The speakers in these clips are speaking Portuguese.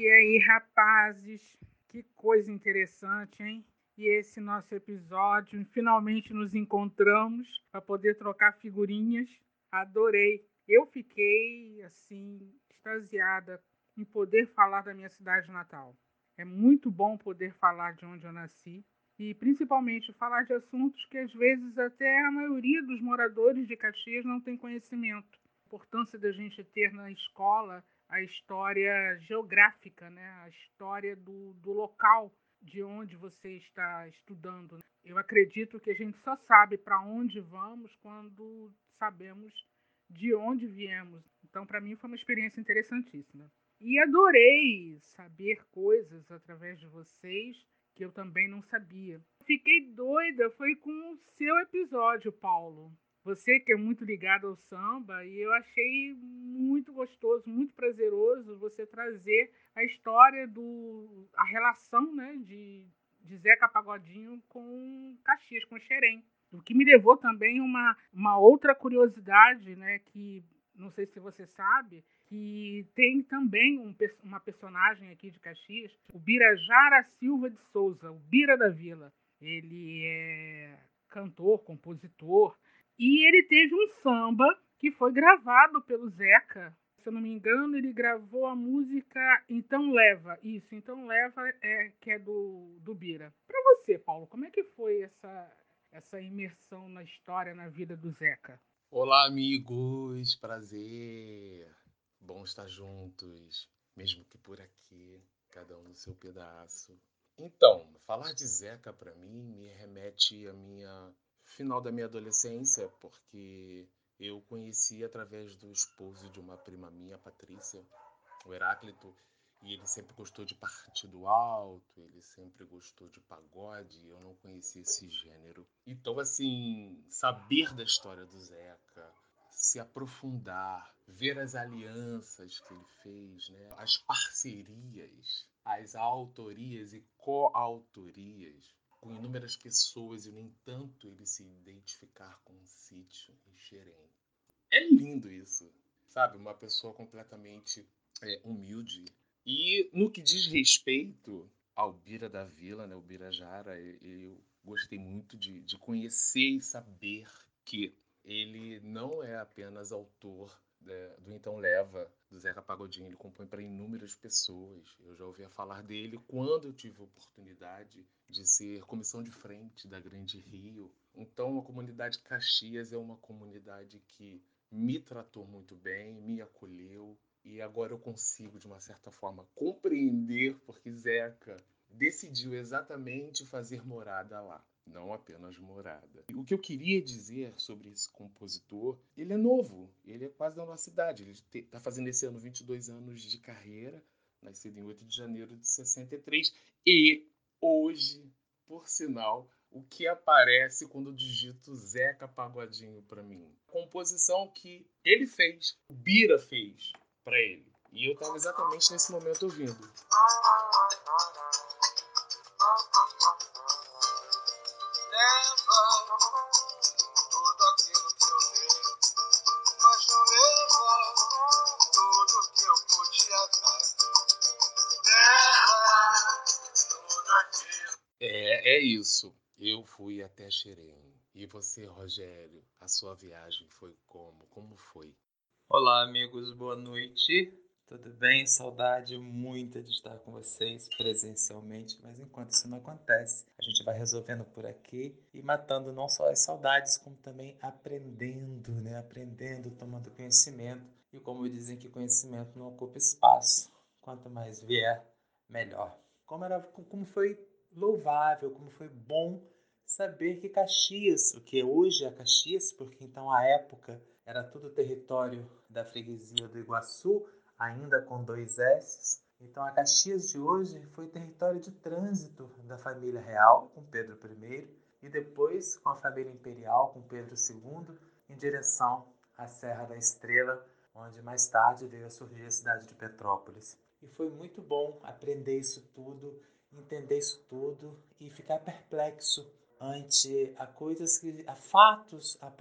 E aí, rapazes, que coisa interessante, hein? E esse nosso episódio, finalmente nos encontramos para poder trocar figurinhas. Adorei. Eu fiquei, assim, extasiada em poder falar da minha cidade natal. É muito bom poder falar de onde eu nasci e, principalmente, falar de assuntos que, às vezes, até a maioria dos moradores de Caxias não tem conhecimento. A importância da gente ter na escola a história geográfica, né? A história do local de onde você está estudando. Eu acredito que a gente só sabe para onde vamos quando sabemos de onde viemos. Então, para mim, foi uma experiência interessantíssima. E adorei saber coisas através de vocês que eu também não sabia. Fiquei doida, foi com o seu episódio, Paulo. Você que é muito ligado ao samba, e eu achei muito gostoso, muito prazeroso você trazer a história a relação, né, de Zeca Pagodinho com Caxias, com Xerém. O que me levou também uma outra curiosidade, né, que não sei se você sabe, que tem também uma personagem aqui de Caxias, o Birajara Silva de Souza, o Bira da Vila. Ele é cantor, compositor, e ele teve um samba que foi gravado pelo Zeca. Se eu não me engano, ele gravou a música Então Leva. Isso, Então Leva, que é do Bira. Para você, Paulo, como é que foi essa imersão na história, na vida do Zeca? Olá, amigos, prazer. Bom estar juntos, mesmo que por aqui, cada um no seu pedaço. Então, falar de Zeca para mim me remete à minha final da minha adolescência, porque eu conheci através do esposo de uma prima minha, Patrícia, o Heráclito, e ele sempre gostou de partido alto, ele sempre gostou de pagode, eu não conhecia esse gênero. Então, assim, saber da história do Zeca, se aprofundar, ver as alianças que ele fez, né? As parcerias, as autorias e coautorias com inúmeras pessoas e, no entanto, ele se identificar com um sítio em Xerém. É lindo isso, sabe? Uma pessoa completamente humilde. E no que diz respeito ao Bira da Vila, né, o Birajara, eu gostei muito de conhecer e saber que ele não é apenas autor do Então Leva, do Zeca Pagodinho, ele compõe para inúmeras pessoas. Eu já ouvia falar dele quando eu tive a oportunidade de ser comissão de frente da Grande Rio. Então, a comunidade Caxias é uma comunidade que me tratou muito bem, me acolheu, e agora eu consigo, de uma certa forma, compreender porque Zeca decidiu exatamente fazer morada lá, não apenas morada. E o que eu queria dizer sobre esse compositor, ele é novo, ele é quase da nossa idade, ele está fazendo esse ano 22 anos de carreira, nascido em 8 de janeiro de 63, e hoje, por sinal, o que aparece quando eu digito Zeca Pagodinho para mim? Composição que ele fez, o Bira fez para ele. E eu estava exatamente nesse momento ouvindo. É isso. Eu fui até Xerém. E você, Rogério, a sua viagem foi como? Como foi? Olá, amigos, boa noite. Tudo bem? Saudade muita de estar com vocês presencialmente, mas enquanto isso não acontece, a gente vai resolvendo por aqui e matando não só as saudades, como também aprendendo, né? Aprendendo, tomando conhecimento. E como dizem que conhecimento não ocupa espaço, quanto mais vier, melhor. Como foi louvável, como foi bom saber que Caxias, o que hoje é Caxias, porque então a época era tudo território da freguesia do Iguaçu, ainda com 2 S. Então a Caxias de hoje foi território de trânsito da família real, com Pedro I, e depois com a família imperial, com Pedro II, em direção à Serra da Estrela, onde mais tarde veio a surgir a cidade de Petrópolis. E foi muito bom aprender isso tudo, entender isso tudo e ficar perplexo ante a fatos, a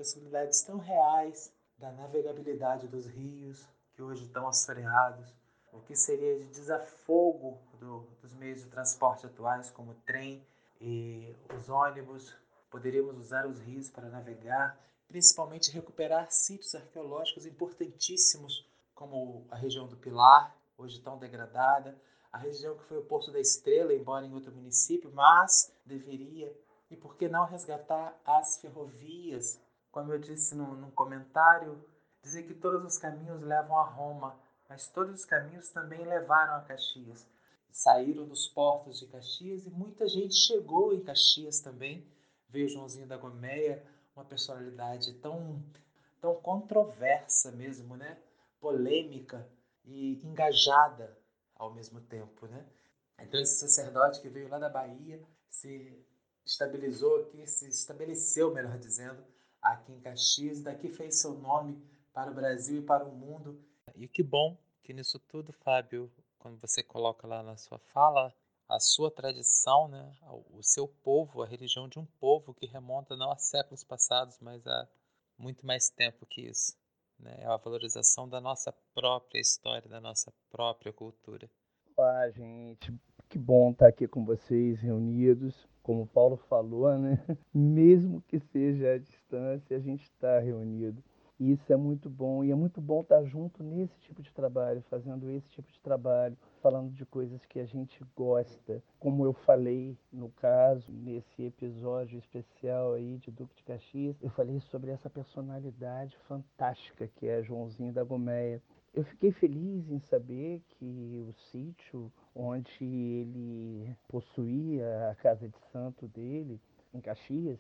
possibilidades tão reais da navegabilidade dos rios que hoje estão assoreados, o que seria de desafogo dos meios de transporte atuais, como o trem e os ônibus. Poderíamos usar os rios para navegar, principalmente recuperar sítios arqueológicos importantíssimos, como a região do Pilar, hoje tão degradada, a região que foi o Porto da Estrela, embora em outro município, mas deveria. E por que não resgatar as ferrovias? Como eu disse num comentário, dizer que todos os caminhos levam a Roma, mas todos os caminhos também levaram a Caxias. Saíram dos portos de Caxias e muita gente chegou em Caxias também. Veio Joãozinho da Gomeia, uma personalidade tão controversa mesmo, né? Polêmica e engajada ao mesmo tempo, né? Então esse sacerdote que veio lá da Bahia se estabilizou aqui, se estabeleceu, melhor dizendo, aqui em Caxias, daqui fez seu nome para o Brasil e para o mundo. E que bom que nisso tudo, Fábio, quando você coloca lá na sua fala a sua tradição, né, o seu povo, a religião de um povo que remonta não a séculos passados, mas a muito mais tempo que isso, né, é a valorização da nossa própria história, da nossa própria cultura. Olá, gente. Que bom estar aqui com vocês reunidos. Como o Paulo falou, né? Mesmo que seja à distância, a gente está reunido. E isso é muito bom. E é muito bom estar junto nesse tipo de trabalho, fazendo esse tipo de trabalho, falando de coisas que a gente gosta. Como eu falei, no caso, nesse episódio especial aí de Duque de Caxias, eu falei sobre essa personalidade fantástica que é Joãozinho da Gomeia. Eu fiquei feliz em saber que o sítio onde ele possuía a casa de santo dele, em Caxias,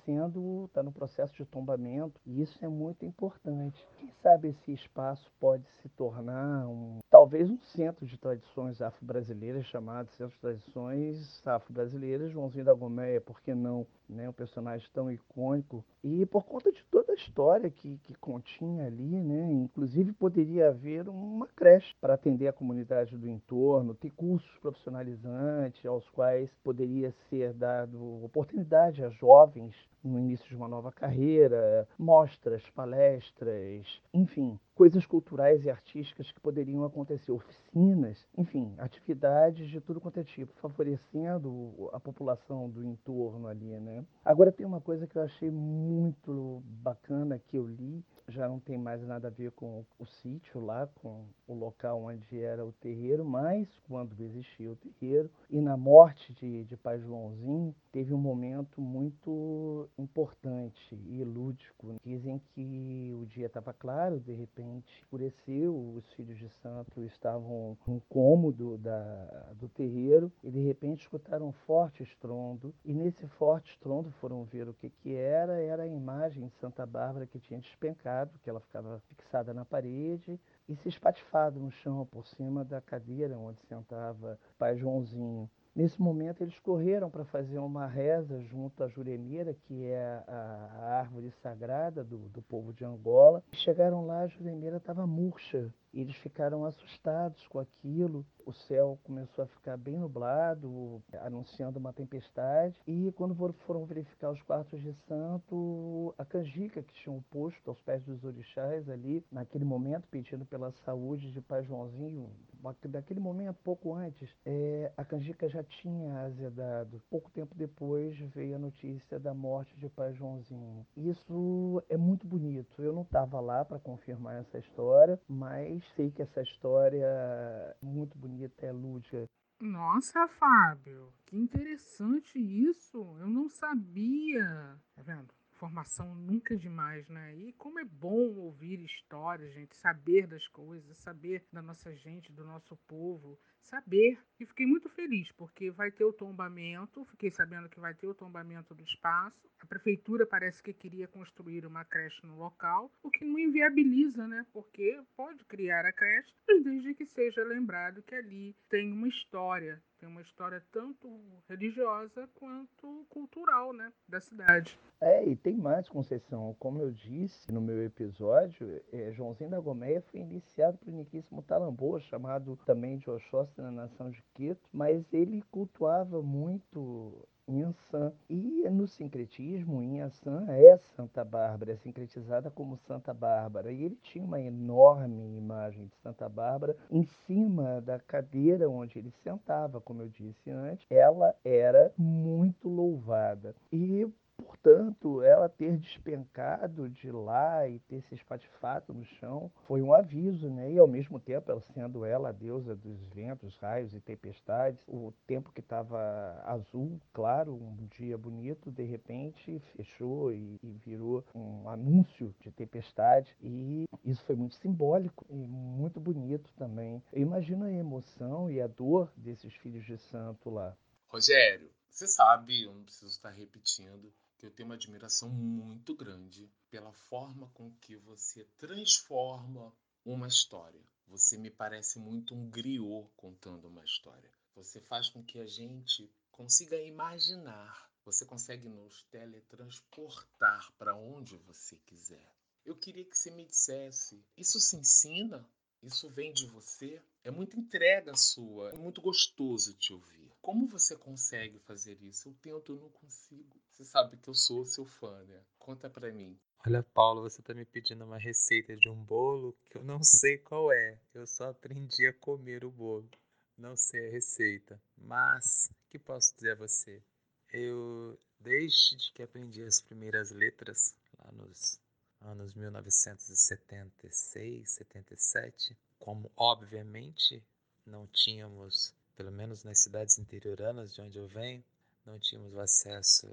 está no processo de tombamento, e isso é muito importante. Quem sabe esse espaço pode se tornar talvez um centro de tradições afro-brasileiras, chamado Centro de Tradições Afro-Brasileiras Joãozinho da Gomeia, por que não? Né, um personagem tão icônico, e por conta de toda a história que continha ali, né, inclusive poderia haver uma creche para atender a comunidade do entorno, ter cursos profissionalizantes aos quais poderia ser dado oportunidade a jovens no início de uma nova carreira, mostras, palestras, enfim, coisas culturais e artísticas que poderiam acontecer, oficinas, enfim, atividades de tudo quanto é tipo, favorecendo a população do entorno ali, né? Agora tem uma coisa que eu achei muito bacana que eu li, já não tem mais nada a ver com o sítio lá, com o local onde era o terreiro, mas quando existia o terreiro, e na morte de Pai Joãozinho, teve um momento muito importante e lúdico. Dizem que o dia estava claro, de repente escureceu, os filhos de santo estavam no cômodo do terreiro e de repente escutaram um forte estrondo, e nesse forte estrondo foram ver o que era a imagem de Santa Bárbara que tinha despencado, que ela ficava fixada na parede e se espatifado no chão por cima da cadeira onde sentava Pai Joãozinho. Nesse momento, eles correram para fazer uma reza junto à Juremira, que é a árvore sagrada do povo de Angola. Chegaram lá, a Juremira estava murcha. Eles ficaram assustados com aquilo. O céu começou a ficar bem nublado, anunciando uma tempestade. E quando foram verificar os quartos de santo, a canjica que tinham posto aos pés dos orixás ali, naquele momento, pedindo pela saúde de Pai Joãozinho, daquele momento, pouco antes, a canjica já tinha azedado. Pouco tempo depois veio a notícia da morte de Pai Joãozinho. Isso é muito bonito. Eu não estava lá para confirmar essa história, mas sei que essa história é muito bonita, é lúdica. Nossa, Fábio, que interessante isso. Eu não sabia. Tá vendo? Informação nunca é demais, né? E como é bom ouvir histórias, gente, saber das coisas, saber da nossa gente, do nosso povo, saber. E fiquei muito feliz, porque vai ter o tombamento, fiquei sabendo que vai ter o tombamento do espaço. A prefeitura parece que queria construir uma creche no local, o que não inviabiliza, né? Porque pode criar a creche, mas desde que seja lembrado que ali tem uma história tanto religiosa quanto cultural, né, da cidade. E tem mais, Conceição. Como eu disse no meu episódio, Joãozinho da Gomeia foi iniciado por Niquíssimo Talamboa, chamado também de Oxóssi na nação de Quito, mas ele cultuava muito Inhaçã. E no sincretismo, Inhaçã é Santa Bárbara, é sincretizada como Santa Bárbara. E ele tinha uma enorme imagem de Santa Bárbara em cima da cadeira onde ele sentava, como eu disse antes. Ela era muito louvada. E portanto, ela ter despencado de lá e ter se espatifado no chão foi um aviso, né? E ao mesmo tempo, ela sendo ela a deusa dos ventos, raios e tempestades, o tempo que estava azul, claro, um dia bonito, de repente fechou e virou um anúncio de tempestade. E isso foi muito simbólico e muito bonito também. Eu imagino a emoção e a dor desses filhos de santo lá. Rogério, você sabe, eu não preciso estar repetindo, que eu tenho uma admiração muito grande pela forma com que você transforma uma história. Você me parece muito um griot contando uma história. Você faz com que a gente consiga imaginar. Você consegue nos teletransportar para onde você quiser. Eu queria que você me dissesse, isso se ensina? Isso vem de você? É muita entrega sua. É muito gostoso te ouvir. Como você consegue fazer isso? Eu tento, eu não consigo. Você sabe que eu sou seu fã, né? Conta pra mim. Olha, Paulo, você está me pedindo uma receita de um bolo que eu não sei qual é. Eu só aprendi a comer o bolo. Não sei a receita. Mas, o que posso dizer a você? Eu, desde que aprendi as primeiras letras, lá nos anos 1976, 77, como obviamente não tínhamos, pelo menos nas cidades interioranas de onde eu venho, não tínhamos o acesso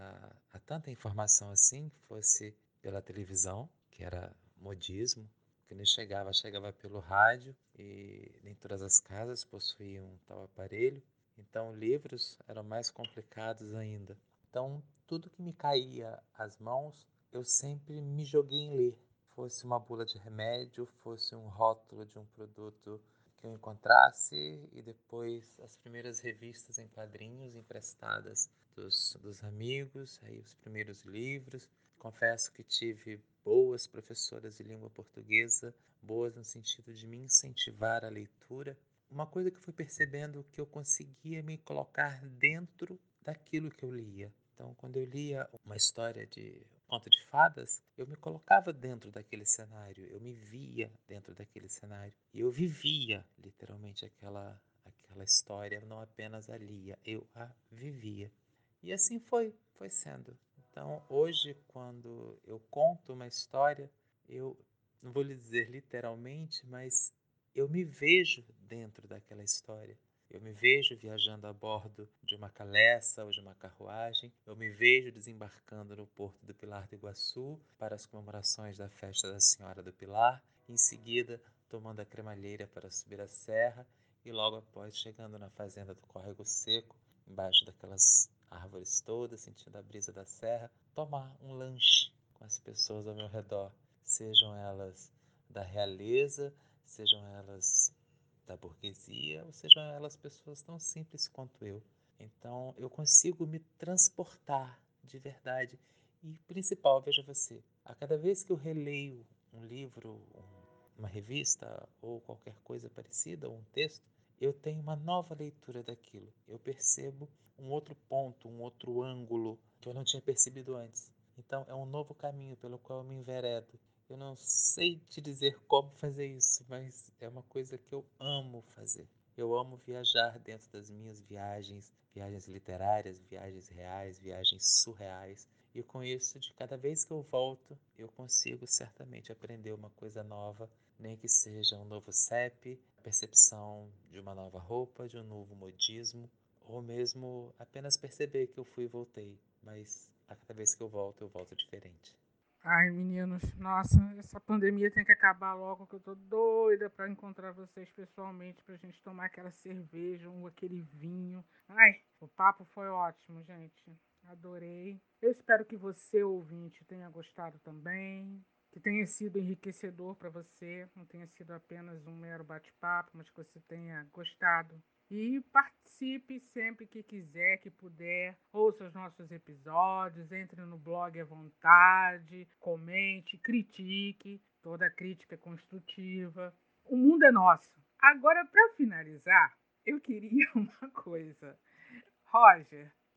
a tanta informação assim, que fosse pela televisão, que era modismo, que não chegava pelo rádio e nem todas as casas possuíam tal aparelho. Então, livros eram mais complicados ainda. Então, tudo que me caía às mãos, eu sempre me joguei em ler. Fosse uma bula de remédio, fosse um rótulo de um produto que eu encontrasse e depois as primeiras revistas em quadrinhos emprestadas dos amigos, aí os primeiros livros. Confesso que tive boas professoras de língua portuguesa, boas no sentido de me incentivar à leitura. Uma coisa que eu fui percebendo que eu conseguia me colocar dentro daquilo que eu lia. Então, quando eu lia uma história de conto de fadas, eu me colocava dentro daquele cenário, eu me via dentro daquele cenário. E eu vivia, literalmente, aquela história, não apenas a lia, eu a vivia. E assim foi sendo. Então, hoje, quando eu conto uma história, eu não vou lhe dizer literalmente, mas eu me vejo dentro daquela história. Eu me vejo viajando a bordo de uma caleça ou de uma carruagem. Eu me vejo desembarcando no Porto do Pilar do Iguaçu para as comemorações da festa da Senhora do Pilar. Em seguida, tomando a cremalheira para subir a serra e logo após chegando na fazenda do Córrego Seco, embaixo daquelas árvores todas, sentindo a brisa da serra, tomar um lanche com as pessoas ao meu redor, sejam elas da realeza, sejam elas da burguesia, ou sejam elas pessoas tão simples quanto eu. Então eu consigo me transportar de verdade. E principal, veja você, a cada vez que eu releio um livro, uma revista ou qualquer coisa parecida, ou um texto, eu tenho uma nova leitura daquilo. Eu percebo um outro ponto, um outro ângulo que eu não tinha percebido antes. Então é um novo caminho pelo qual eu me enveredo. Eu não sei te dizer como fazer isso, mas é uma coisa que eu amo fazer. Eu amo viajar dentro das minhas viagens, viagens literárias, viagens reais, viagens surreais. E com isso, de cada vez que eu volto, eu consigo certamente aprender uma coisa nova, nem que seja um novo CEP, a percepção de uma nova roupa, de um novo modismo, ou mesmo apenas perceber que eu fui e voltei. Mas a cada vez que eu volto diferente. Ai, meninos, nossa, essa pandemia tem que acabar logo, que eu tô doida pra encontrar vocês pessoalmente, pra gente tomar aquela cerveja ou aquele vinho. Ai, o papo foi ótimo, gente. Adorei. Eu espero que você, ouvinte, tenha gostado também, que tenha sido enriquecedor para você, não tenha sido apenas um mero bate-papo, mas que você tenha gostado. E participe sempre que quiser, que puder. Ouça os nossos episódios, entre no blog à vontade, comente, critique. Toda crítica é construtiva. O mundo é nosso. Agora, para finalizar, eu queria uma coisa. Roger,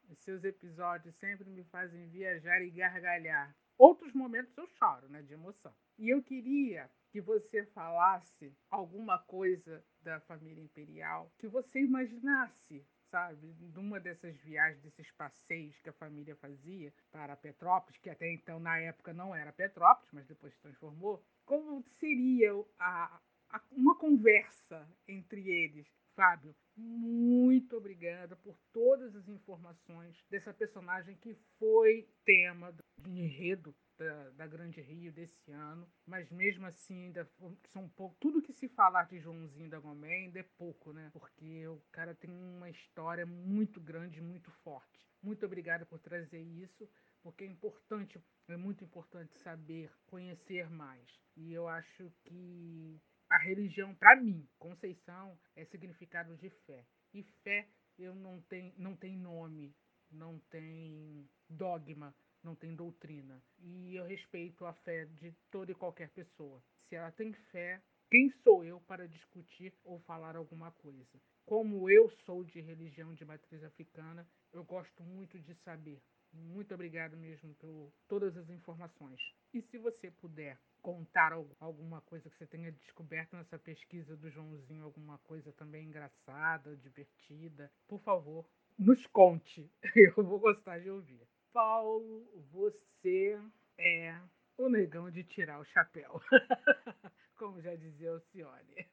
Os seus episódios sempre me fazem viajar e gargalhar. Outros momentos eu choro, né, de emoção. E eu queria que você falasse alguma coisa da família imperial que você imaginasse, sabe, numa dessas viagens, desses passeios que a família fazia para Petrópolis, que até então na época não era Petrópolis, mas depois se transformou. Como seria uma conversa entre eles? Fábio, muito obrigada por todas as informações dessa personagem que foi tema do enredo da Grande Rio desse ano, mas mesmo assim ainda são pouco. Tudo que se falar de Joãozinho da Gomé ainda é pouco, né? Porque o cara tem uma história muito grande, muito forte. Muito obrigada por trazer isso, porque é muito importante saber, conhecer mais. E eu acho que a religião, para mim, Conceição, é significado de fé. E fé não tem nome, não tem dogma, não tem doutrina. E eu respeito a fé de toda e qualquer pessoa. Se ela tem fé, quem sou eu para discutir ou falar alguma coisa? Como eu sou de religião de matriz africana, eu gosto muito de saber. Muito obrigado mesmo por todas as informações. E se você puder contar alguma coisa que você tenha descoberto nessa pesquisa do Joãozinho, alguma coisa também engraçada, divertida, por favor, nos conte. Eu vou gostar de ouvir. Paulo, você é o negão de tirar o chapéu, como já dizia o Alcione.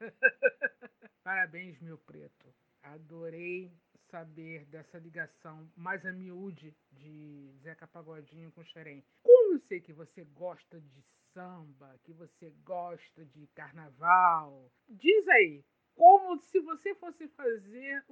Parabéns, meu preto. Adorei saber dessa ligação mais a miúde de Zeca Pagodinho com Xerém. Como eu sei que você gosta de samba, que você gosta de carnaval, diz aí, como se você fosse fazer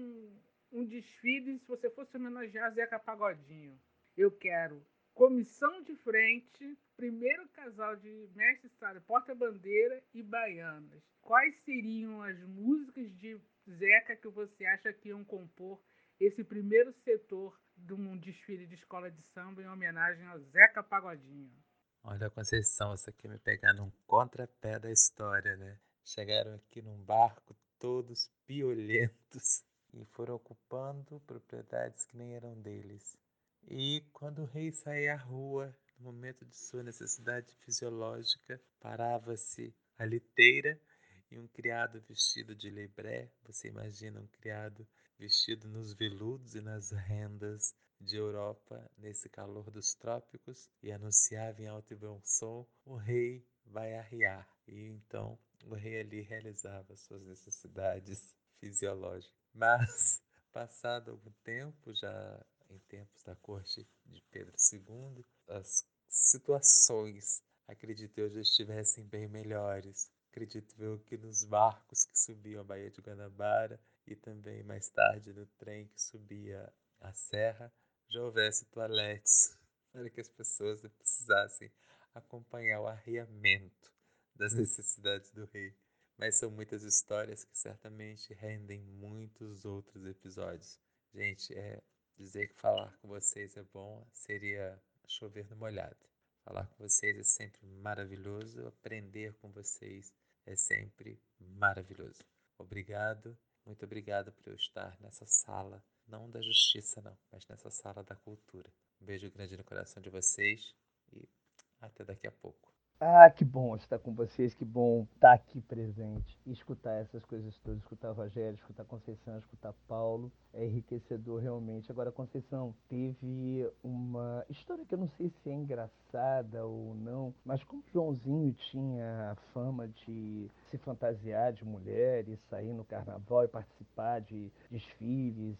um desfile, se você fosse homenagear Zeca Pagodinho. Eu quero comissão de frente, primeiro casal de mestre sala, porta-bandeira e baianas. Quais seriam as músicas de Zeca que você acha que iam compor esse primeiro setor de um desfile de escola de samba em homenagem ao Zeca Pagodinho? Olha, Conceição, você aqui me pegar num contrapé da história, né? Chegaram aqui num barco todos piolhentos e foram ocupando propriedades que nem eram deles. E quando o rei saía à rua, no momento de sua necessidade fisiológica, parava-se a liteira e um criado vestido de lebré, você imagina um criado vestido nos veludos e nas rendas de Europa, nesse calor dos trópicos, e anunciava em alto e bom som: o rei vai arriar. E então o rei ali realizava suas necessidades fisiológicas. Mas, passado algum tempo, já em tempos da corte de Pedro II, as situações, acredito eu, já estivessem bem melhores. Acredito eu que nos barcos que subiam a Baía de Guanabara e também mais tarde no trem que subia a serra, já houvesse toaletes para que as pessoas não precisassem acompanhar o arreamento das necessidades do rei. Mas são muitas histórias que certamente rendem muitos outros episódios. Gente, dizer que falar com vocês é bom seria chover no molhado. Falar com vocês é sempre maravilhoso, aprender com vocês é sempre maravilhoso. Obrigado, muito obrigado por eu estar nessa sala, não da justiça não, mas nessa sala da cultura. Um beijo grande no coração de vocês e até daqui a pouco. Ah, que bom estar com vocês, que bom estar aqui presente e escutar essas coisas todas, escutar o Rogério, escutar Conceição, escutar Paulo, é enriquecedor realmente. Agora, Conceição, teve uma história que eu não sei se é engraçada ou não, mas como Joãozinho tinha a fama de se fantasiar de mulher e sair no carnaval e participar de desfiles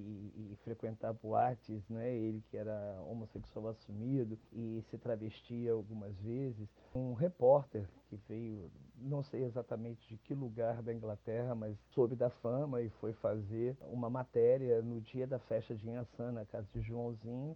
e frequentar boates, né? Ele que era homossexual assumido e se travestia algumas vezes. Um repórter que veio, não sei exatamente de que lugar da Inglaterra, mas soube da fama e foi fazer uma matéria no dia da festa de Inhaçã, na casa de Joãozinho,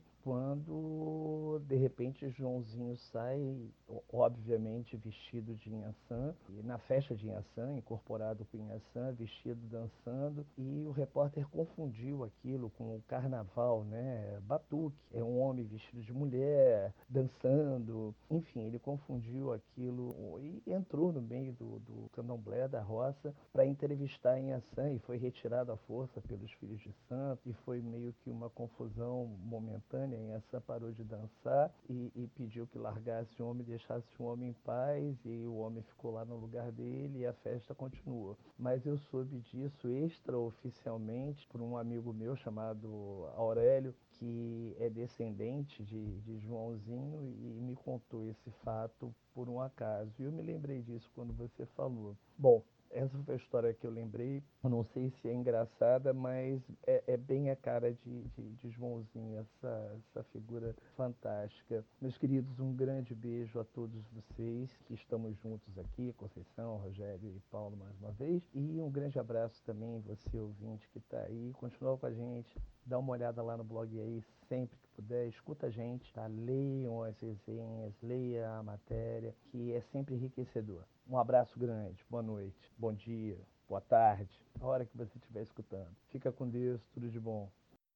quando de repente Joãozinho sai, obviamente vestido de Inhaçã, e na festa de Inhaçã, incorporado com Inhaçã, vestido, dançando, e o repórter confundiu aquilo com o carnaval, né? Batuque, é um homem vestido de mulher, dançando, enfim, ele confundiu aquilo e entrou no veio do candomblé, da roça, para entrevistar em Inhaçã e foi retirado à força pelos filhos de santo e foi meio que uma confusão momentânea. Inhaçã parou de dançar e pediu que largasse o homem e deixasse o homem em paz, e o homem ficou lá no lugar dele e a festa continuou. Mas eu soube disso extraoficialmente por um amigo meu chamado Aurélio, que é descendente de Joãozinho e me contou esse fato por um acaso. E eu me lembrei disso quando você falou. Bom, essa foi a história que eu lembrei. Eu não sei se é engraçada, mas é bem a cara de Joãozinho, essa figura fantástica. Meus queridos, um grande beijo a todos vocês que estamos juntos aqui, Conceição, Rogério e Paulo mais uma vez. E um grande abraço também, você ouvinte que está aí. Continua com a gente, dá uma olhada lá no blog aí, sempre que puder, escuta a gente, tá? Leiam as resenhas, leia a matéria, que é sempre enriquecedor. Um abraço grande, boa noite, bom dia, boa tarde, a hora que você estiver escutando. Fica com Deus, tudo de bom.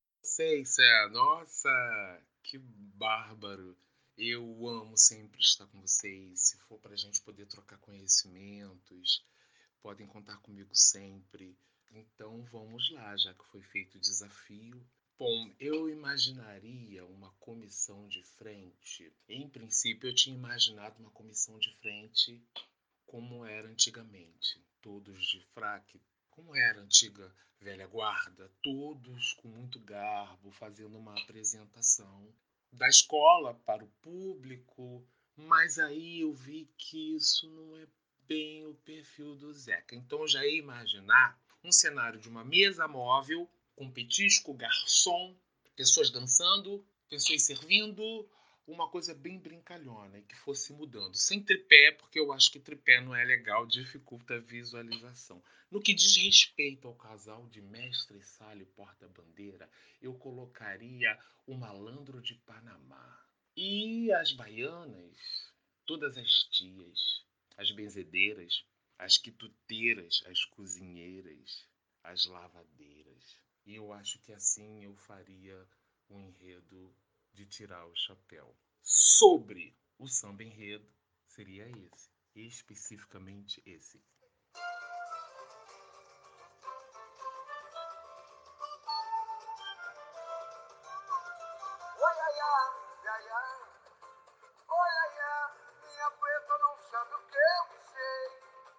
Nossa, que bárbaro. Eu amo sempre estar com vocês. Se for para a gente poder trocar conhecimentos, podem contar comigo sempre. Então vamos lá, já que foi feito o desafio. Bom, eu imaginaria uma comissão de frente. Em princípio, eu tinha imaginado uma comissão de frente como era antigamente. Todos de fraque, como era a antiga velha guarda, todos com muito garbo, fazendo uma apresentação da escola para o público. Mas aí eu vi que isso não é bem o perfil do Zeca. Então eu já ia imaginar um cenário de uma mesa móvel, com petisco, garçom, pessoas dançando, pessoas servindo, uma coisa bem brincalhona e que fosse mudando. Sem tripé, porque eu acho que tripé não é legal, dificulta a visualização. No que diz respeito ao casal de mestre Sala e porta-bandeira, eu colocaria o malandro de Panamá. E as baianas, todas as tias, as benzedeiras, as quituteiras, as cozinheiras, as lavadeiras. E eu acho que assim eu faria um enredo de tirar o chapéu. Sobre o samba enredo, seria esse, especificamente esse. Minha preta não sabe o que eu sei,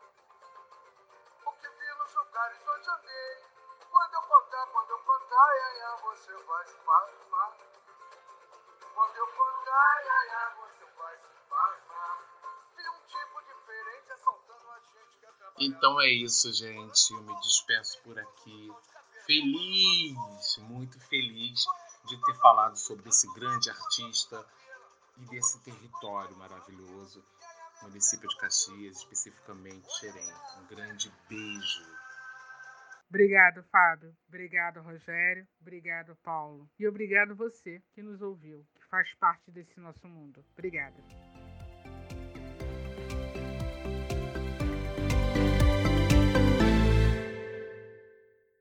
o que vi nos lugares onde andei. Quando eu contar, iaia, você vai se pasmar. Quando eu contar, iaia, você vai se pasmar. Vi um tipo diferente assaltando a gente que acaba. Então é isso, gente. Eu me despeço por aqui. Feliz, muito feliz de ter falado sobre esse grande artista e desse território maravilhoso, município de Caxias, especificamente Xerém. Um grande beijo. Obrigado, Fábio. Obrigado, Rogério. Obrigado, Paulo. E obrigado você que nos ouviu, que faz parte desse nosso mundo. Obrigada.